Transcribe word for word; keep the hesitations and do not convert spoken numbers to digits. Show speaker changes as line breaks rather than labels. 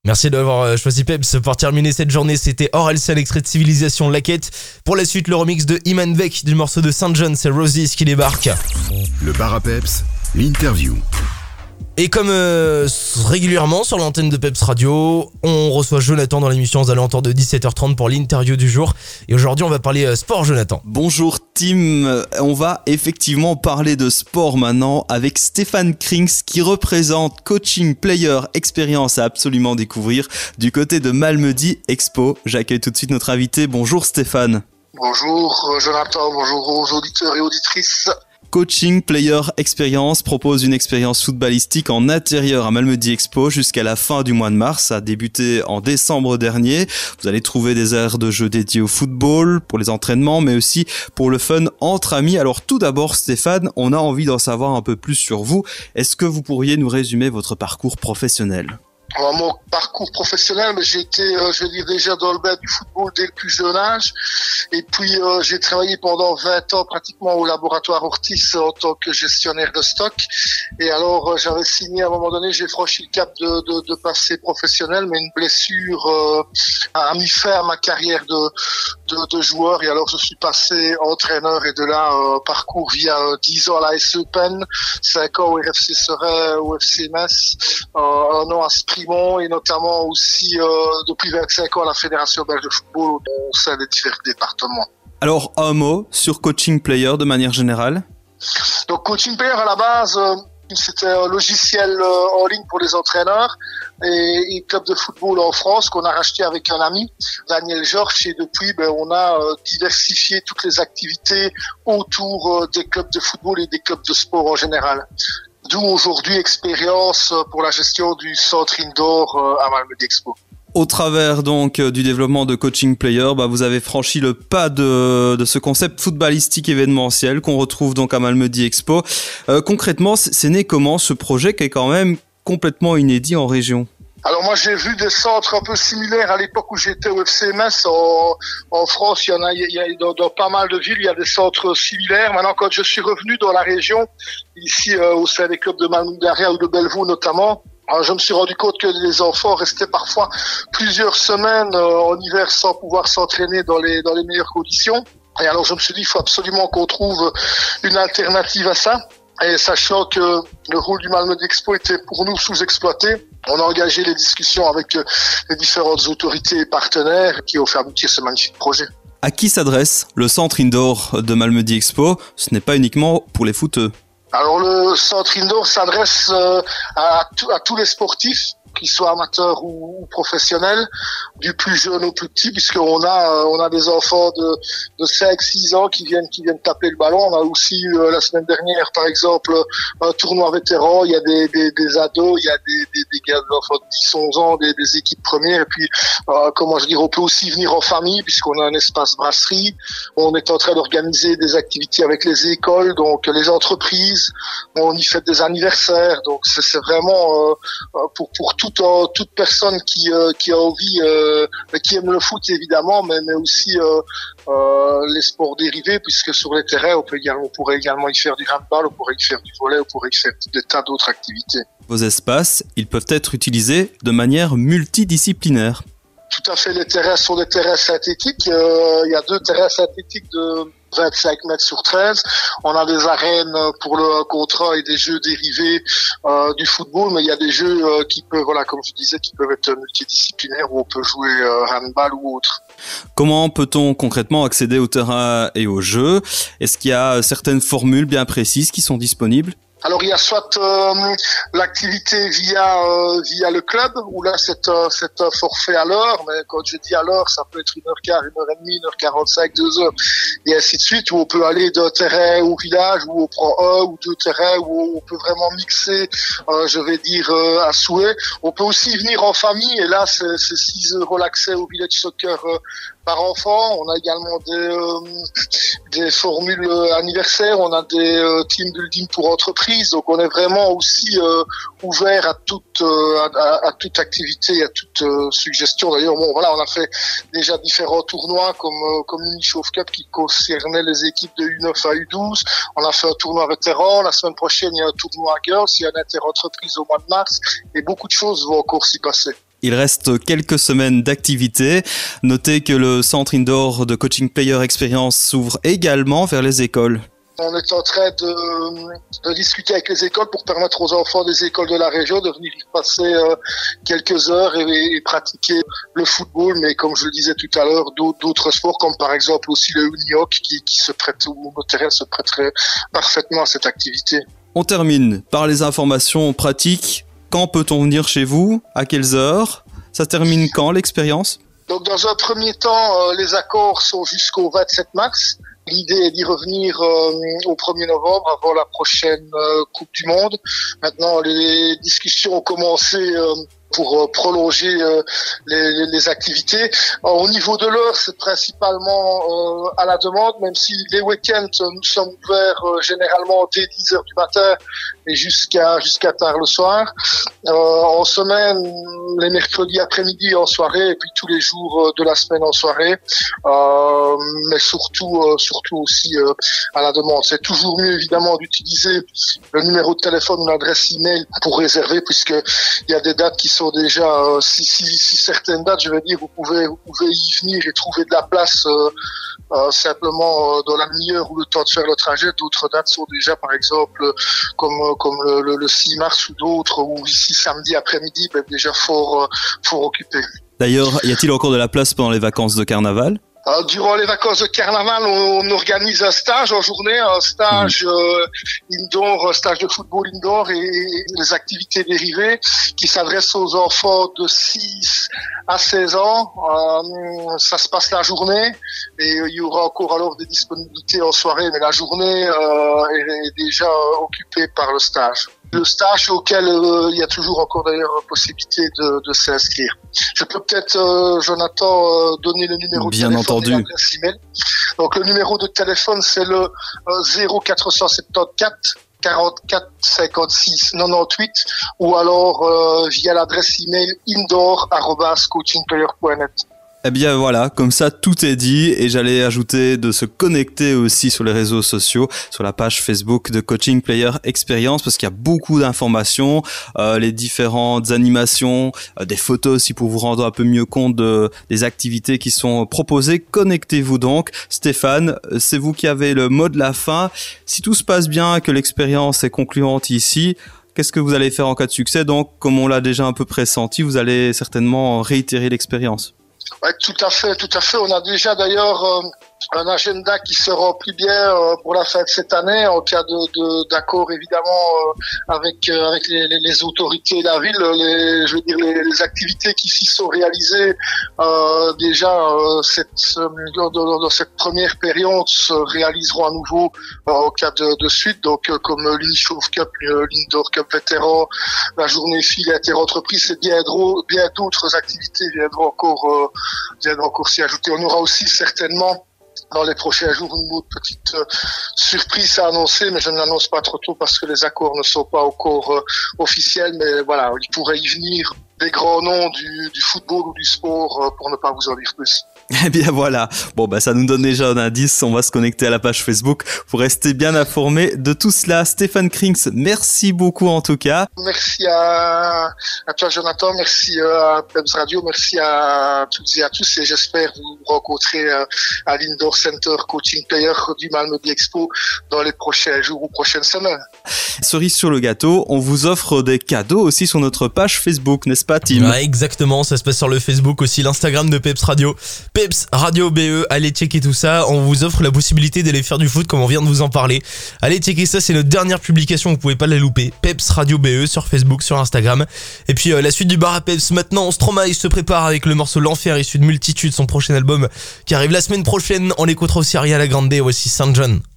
Merci d'avoir choisi Peps pour terminer cette journée. C'était Orelsan, extrait de Civilisation Laquette. Pour la suite, le remix de Iman Beck du morceau de Saint John, c'est Roses qui débarque.
Le bar à Peps, l'interview.
Et comme euh, régulièrement sur l'antenne de Peps Radio, on reçoit Jonathan dans l'émission aux alentours de dix-sept heures trente pour l'interview du jour. Et aujourd'hui, on va parler euh, sport, Jonathan.
Bonjour Tim, on va effectivement parler de sport maintenant avec Stéphane Krings qui représente Coaching Player Experience à absolument découvrir du côté de Malmedy Expo. J'accueille tout de suite notre invité. Bonjour Stéphane.
Bonjour Jonathan, bonjour aux auditeurs et auditrices.
Coaching Player Experience propose une expérience footballistique en intérieur à Malmedy Expo jusqu'à la fin du mois de mars. Ça a débuté en décembre dernier. Vous allez trouver des aires de jeux dédiées au football, pour les entraînements, mais aussi pour le fun entre amis. Alors tout d'abord, Stéphane, on a envie d'en savoir un peu plus sur vous. Est-ce que vous pourriez nous résumer votre parcours professionnel ?
Alors, mon parcours professionnel, mais j'ai été, euh, je veux dire, déjà dans le bain du football dès le plus jeune âge. Et puis, euh, j'ai travaillé pendant vingt ans pratiquement au laboratoire Ortis en tant que gestionnaire de stock. Et alors, euh, j'avais signé à un moment donné, j'ai franchi le cap de, de, de passer professionnel, mais une blessure euh, a mis fin à ma carrière de, de, de joueur. Et alors, je suis passé entraîneur et de là, euh, parcours via euh, dix ans à la S E Pen, cinq ans au R F C Serein, au F C Metz, euh, un an à Spring, et notamment aussi euh, depuis vingt-cinq ans à la Fédération belge de football au sein des divers départements.
Alors un mot sur Coaching Player de manière générale.
Donc Coaching Player à la base, euh, c'était un logiciel euh, en ligne pour les entraîneurs et, et clubs de football en France qu'on a racheté avec un ami, Daniel Georges, et depuis ben, on a euh, diversifié toutes les activités autour euh, des clubs de football et des clubs de sport en général. D'où aujourd'hui expérience pour la gestion du centre indoor à Malmedy Expo.
Au travers donc du développement de Coaching Player, bah, vous avez franchi le pas de, de ce concept footballistique événementiel qu'on retrouve donc à Malmedy Expo. Euh, concrètement, c'est né comment ce projet qui est quand même complètement inédit en région ?
Alors moi j'ai vu des centres un peu similaires à l'époque où j'étais au F C Metz en, en France. Il y en a, il y a dans, dans pas mal de villes, il y a des centres similaires. Maintenant, quand je suis revenu dans la région, ici euh, au sein des clubs de Malmedy ou de Bellevaux notamment, alors, je me suis rendu compte que les enfants restaient parfois plusieurs semaines euh, en hiver sans pouvoir s'entraîner dans les dans les meilleures conditions. Et alors je me suis dit il faut absolument qu'on trouve une alternative à ça. Et sachant que le rôle du Malmedy Expo était pour nous sous-exploité, on a engagé les discussions avec les différentes autorités et partenaires qui ont fait aboutir ce magnifique projet.
À qui s'adresse le centre indoor de Malmedy Expo ? Ce n'est pas uniquement pour les footeux.
Alors le centre indoor s'adresse euh, à, tout, à tous les sportifs, qu'ils soient amateurs ou, ou professionnels, du plus jeune au plus petit, puisqu'on a euh, on a des enfants de de cinq six ans qui viennent qui viennent taper le ballon. On a aussi eu euh, la semaine dernière par exemple un tournoi vétéran, il y a des des, des ados, il y a des des, des gars d'enfants de dix onze ans, des, des équipes premières, et puis euh, comment je dire, on peut aussi venir en famille puisqu'on a un espace brasserie. On est en train d'organiser des activités avec les écoles, donc les entreprises, on y fait des anniversaires, donc c'est, c'est vraiment euh, pour pour tout Toute, euh, toute personne qui euh, qui a envie, euh, qui aime le foot évidemment, mais mais aussi euh, euh, les sports dérivés, puisque sur les terrains on peut également, on pourrait également y faire du handball, on pourrait y faire du volley, on pourrait y faire des tas d'autres activités.
Vos espaces, ils peuvent être utilisés de manière multidisciplinaire.
Tout à fait, les terrains sont des terrains synthétiques. Euh, il y a deux terrains synthétiques de vingt-cinq mètres sur treize. On a des arènes pour le contrat et des jeux dérivés euh, du football, mais il y a des jeux euh, qui peuvent, voilà, comme je disais, qui peuvent être multidisciplinaires où on peut jouer euh, handball ou autre.
Comment peut-on concrètement accéder au terrain et aux jeux ? Est-ce qu'il y a certaines formules bien précises qui sont disponibles ?
Alors il y a soit euh, l'activité via euh, via le club, où là c'est un, c'est un forfait à l'heure, mais quand je dis à l'heure, ça peut être une heure quart, une heure et demie, une heure quarante-cinq, deux heures, et ainsi de suite, où on peut aller d'un terrain au village, où on prend un ou deux terrains, où on peut vraiment mixer, euh, je vais dire, euh, à souhait. On peut aussi venir en famille, et là c'est, c'est six euros l'accès au village soccer euh, par enfant. On a également des euh, des formules anniversaires, on a des euh, team building pour entreprises, donc on est vraiment aussi euh, ouvert à toute euh, à, à toute activité, à toute euh, suggestion. D'ailleurs, bon voilà, on a fait déjà différents tournois comme euh, comme Mini Chauve Cup qui concernait les équipes de U neuf à U douze. On a fait un tournoi vétéran. La semaine prochaine, il y a un tournoi à Girls, il y a une inter-entreprise au mois de mars, et beaucoup de choses vont encore s'y passer.
Il reste quelques semaines d'activité. Notez que le centre indoor de Coaching Player Experience s'ouvre également vers les écoles.
On est en train de, de discuter avec les écoles pour permettre aux enfants des écoles de la région de venir y passer euh, quelques heures et, et pratiquer le football, mais comme je le disais tout à l'heure, d'autres, d'autres sports comme par exemple aussi le unihockey qui, qui se prête, où le terrain se prêterait parfaitement à cette activité.
On termine par les informations pratiques. Quand peut-on venir chez vous? À quelles heures? Ça termine quand l'expérience?
Donc dans un premier temps, euh, les accords sont jusqu'au vingt-sept mars. L'idée est d'y revenir euh, au premier novembre avant la prochaine euh, Coupe du Monde. Maintenant, les discussions ont commencé euh, pour euh, prolonger euh, les, les, les activités. Alors, au niveau de l'heure, c'est principalement euh, à la demande, même si les week-ends, nous sommes ouverts euh, généralement dès dix heures du matin et jusqu'à jusqu'à tard le soir. Euh, en semaine, les mercredis après-midi en soirée et puis tous les jours de la semaine en soirée. Euh, mais surtout, euh, surtout aussi euh, à la demande. C'est toujours mieux évidemment d'utiliser le numéro de téléphone ou l'adresse email pour réserver, puisque il y a des dates qui sont déjà, euh, si, si, si certaines dates, je veux dire, vous pouvez, vous pouvez y venir et trouver de la place euh, euh, simplement euh, dans la demi-heure ou le temps de faire le trajet. D'autres dates sont déjà, par exemple, comme comme le, le, le six mars ou d'autres, ou ici samedi après-midi, ben, déjà fort euh, fort occupé.
D'ailleurs, y a-t-il encore de la place pendant les vacances de carnaval?
Euh, durant les vacances de carnaval, on, on organise un stage en journée, un stage euh, indoor, un stage de football indoor et, et les activités dérivées qui s'adressent aux enfants de six à seize ans. Euh, ça se passe la journée et il y aura encore alors des disponibilités en soirée, mais la journée euh, est, est déjà occupée par le stage. Le stage auquel euh, il y a toujours encore d'ailleurs possibilité de, de s'inscrire. Je peux peut-être, euh, Jonathan, euh, donner le numéro
Bien
de téléphone
entendu.
et l'adresse email. Donc le numéro de téléphone, c'est le euh, zéro quatre cent soixante-quatorze quarante-quatre cinquante-six quatre-vingt-dix-huit ou alors euh, via l'adresse email indoor arobase coaching player point net.
Eh bien voilà, comme ça tout est dit et j'allais ajouter de se connecter aussi sur les réseaux sociaux, sur la page Facebook de Coaching Player Experience parce qu'il y a beaucoup d'informations, euh, les différentes animations, euh, des photos aussi pour vous rendre un peu mieux compte de, des activités qui sont proposées. Connectez-vous donc. Stéphane, c'est vous qui avez le mot de la fin. Si tout se passe bien, que l'expérience est concluante ici, qu'est-ce que vous allez faire en cas de succès? Donc, comme on l'a déjà un peu pressenti, vous allez certainement réitérer l'expérience.
Ouais, tout à fait, tout à fait. On a déjà d'ailleurs euh, un agenda qui se remplit bien euh, pour la fin de cette année, en cas de, de d'accord évidemment euh, avec euh, avec les, les, les autorités de la ville. Les, je veux dire les, les activités qui s'y sont réalisées euh, déjà euh, cette euh, dans, dans cette première période se réaliseront à nouveau euh, en cas de, de suite. Donc euh, comme l'Unichauve Cup, euh, l'Indoor Cup vétéran, la journée fille inter-entreprise, c'est bien, drôle, bien d'autres activités viendront encore euh, viendront encore s'y ajouter. On aura aussi certainement dans les prochains jours une autre petite euh, surprise à annoncer, mais je ne l'annonce pas trop tôt parce que les accords ne sont pas encore euh, officiels, mais voilà, il pourrait y venir des grands noms du, du football ou du sport euh, pour ne pas vous en dire plus.
Eh bien voilà, bon bah ça nous donne déjà un indice, on va se connecter à la page Facebook pour rester bien informé de tout cela. Stéphane Krings, merci beaucoup en tout cas.
Merci à, à toi Jonathan, merci à Peps Radio, merci à toutes et à tous et j'espère vous rencontrer à l'Indoor Center Coaching Player du Malmedy Expo dans les prochains jours ou prochaines semaines.
Cerise sur le gâteau, on vous offre des cadeaux aussi sur notre page Facebook, n'est-ce pas Tim?
Ouais, exactement, ça se passe sur le Facebook aussi, l'Instagram de Peps Radio. Peps Radio B E, allez checker tout ça, on vous offre la possibilité d'aller faire du foot comme on vient de vous en parler. Allez checker ça, c'est notre dernière publication, vous pouvez pas la louper. Peps Radio B E sur Facebook, sur Instagram. Et puis euh, la suite du bar à Peps, maintenant Stromae se prépare avec le morceau L'Enfer issu de Multitude, son prochain album qui arrive la semaine prochaine. On écoutera aussi Ariana Grande et aussi Saint John.